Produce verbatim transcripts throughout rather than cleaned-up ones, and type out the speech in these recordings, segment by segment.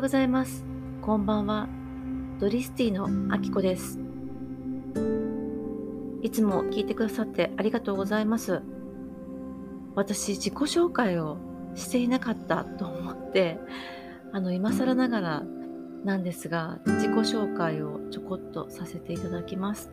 ようございます。こんばんは。ドリスティのあきこです。いつも聞いてくださってありがとうございます。私、自己紹介をしていなかったと思って、あの、今更ながらなんですが、自己紹介をちょこっとさせていただきます。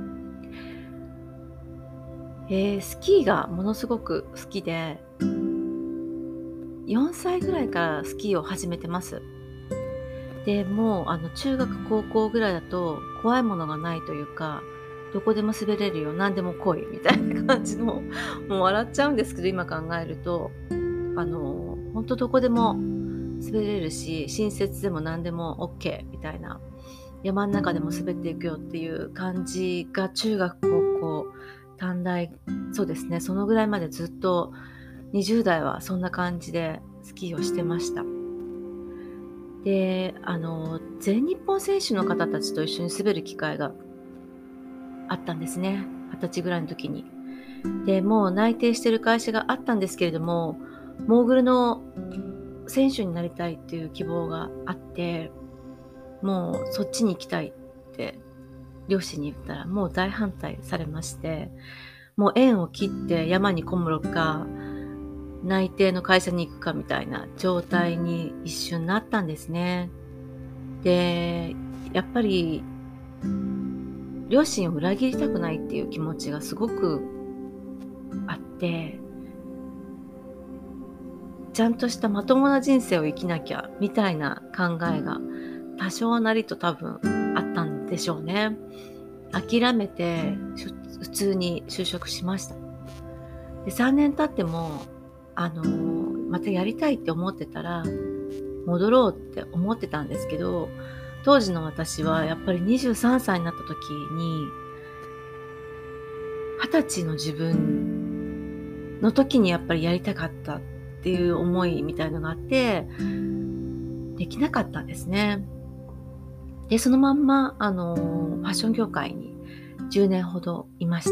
えー、スキーがものすごく好きで、よんさいぐらいからスキーを始めてます。で、もう、あの、中学、高校ぐらいだと怖いものがないというか、どこでも滑れるよ、何でも来いみたいな感じの、もう笑っちゃうんですけど、今考えると、あの、ほんとどこでも滑れるし、新雪でも何でもオッケーみたいな、山ん中でも滑っていくよっていう感じが中学、高校、短大、そうですね、そのぐらいまでずっとにじゅう代はそんな感じでスキーをしてました。で、あの、全日本選手の方たちと一緒に滑る機会があったんですね。はたちぐらいの時に。で、もう内定してる会社があったんですけれども、モーグルの選手になりたいっていう希望があって、もうそっちに行きたいって両親に言ったらもう大反対されまして、もう縁を切って山にこもるか、内定の会社に行くかみたいな状態に一瞬なったんですね。で、やっぱり両親を裏切りたくないっていう気持ちがすごくあって、ちゃんとしたまともな人生を生きなきゃみたいな考えが多少なりと多分あったんでしょうね。諦めて、しゅ普通に就職しました。で、さんねん経っても、あの、またやりたいって思ってたら、戻ろうって思ってたんですけど、当時の私はやっぱりにじゅうさんさいになった時に、はたちの自分の時にやっぱりやりたかったっていう思いみたいのがあって、できなかったんですね。で、そのまんま、あの、ファッション業界にじゅうねんほどいました。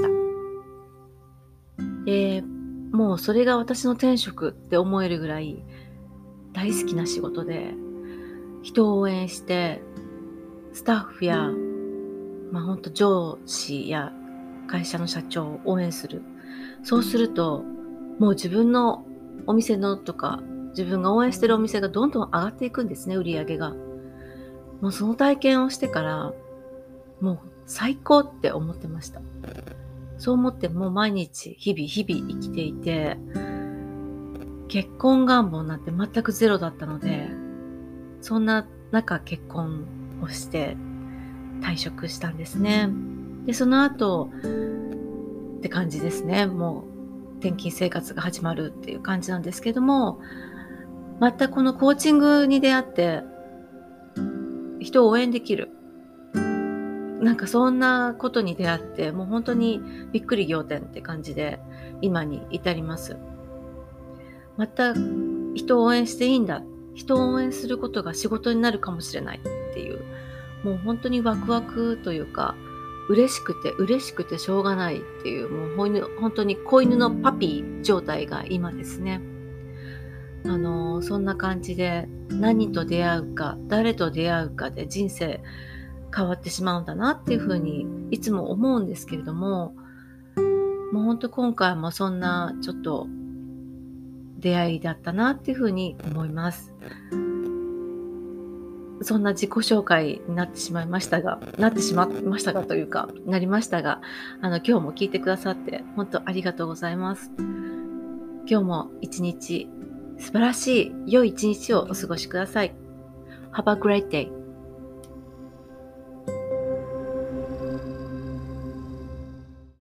で、もうそれが私の天職って思えるぐらい大好きな仕事で、人を応援して、スタッフや、まあほんと上司や会社の社長を応援する。そうすると、もう自分のお店のとか、自分が応援してるお店がどんどん上がっていくんですね、売り上げが。もうその体験をしてから、もう最高って思ってました。そう思ってもう毎日、日々日々生きていて、結婚願望なんて全くゼロだったので、そんな中結婚をして退職したんですね。で、その後って感じですね。もう転勤生活が始まるっていう感じなんですけども、またこのコーチングに出会って、人を応援できる。なんかそんなことに出会って、もう本当にびっくり仰天って感じで、今に至ります。また人を応援していいんだ。人を応援することが仕事になるかもしれないっていう、もう本当にワクワクというか、嬉しくて嬉しくてしょうがないっていう、もうほいぬ本当に子犬のパピー状態が今ですね。あの、そんな感じで、何と出会うか、誰と出会うかで人生変わってしまうんだなっていう風にいつも思うんですけれども、もうほんと今回もそんなちょっと出会いだったなっていう風に思います。そんな自己紹介になってしまいましたがなってしまいましたがというか、なりましたが、あの、今日も聞いてくださってほんとありがとうございます。今日もいちにち素晴らしい良いいちにちをお過ごしください。Have a great day.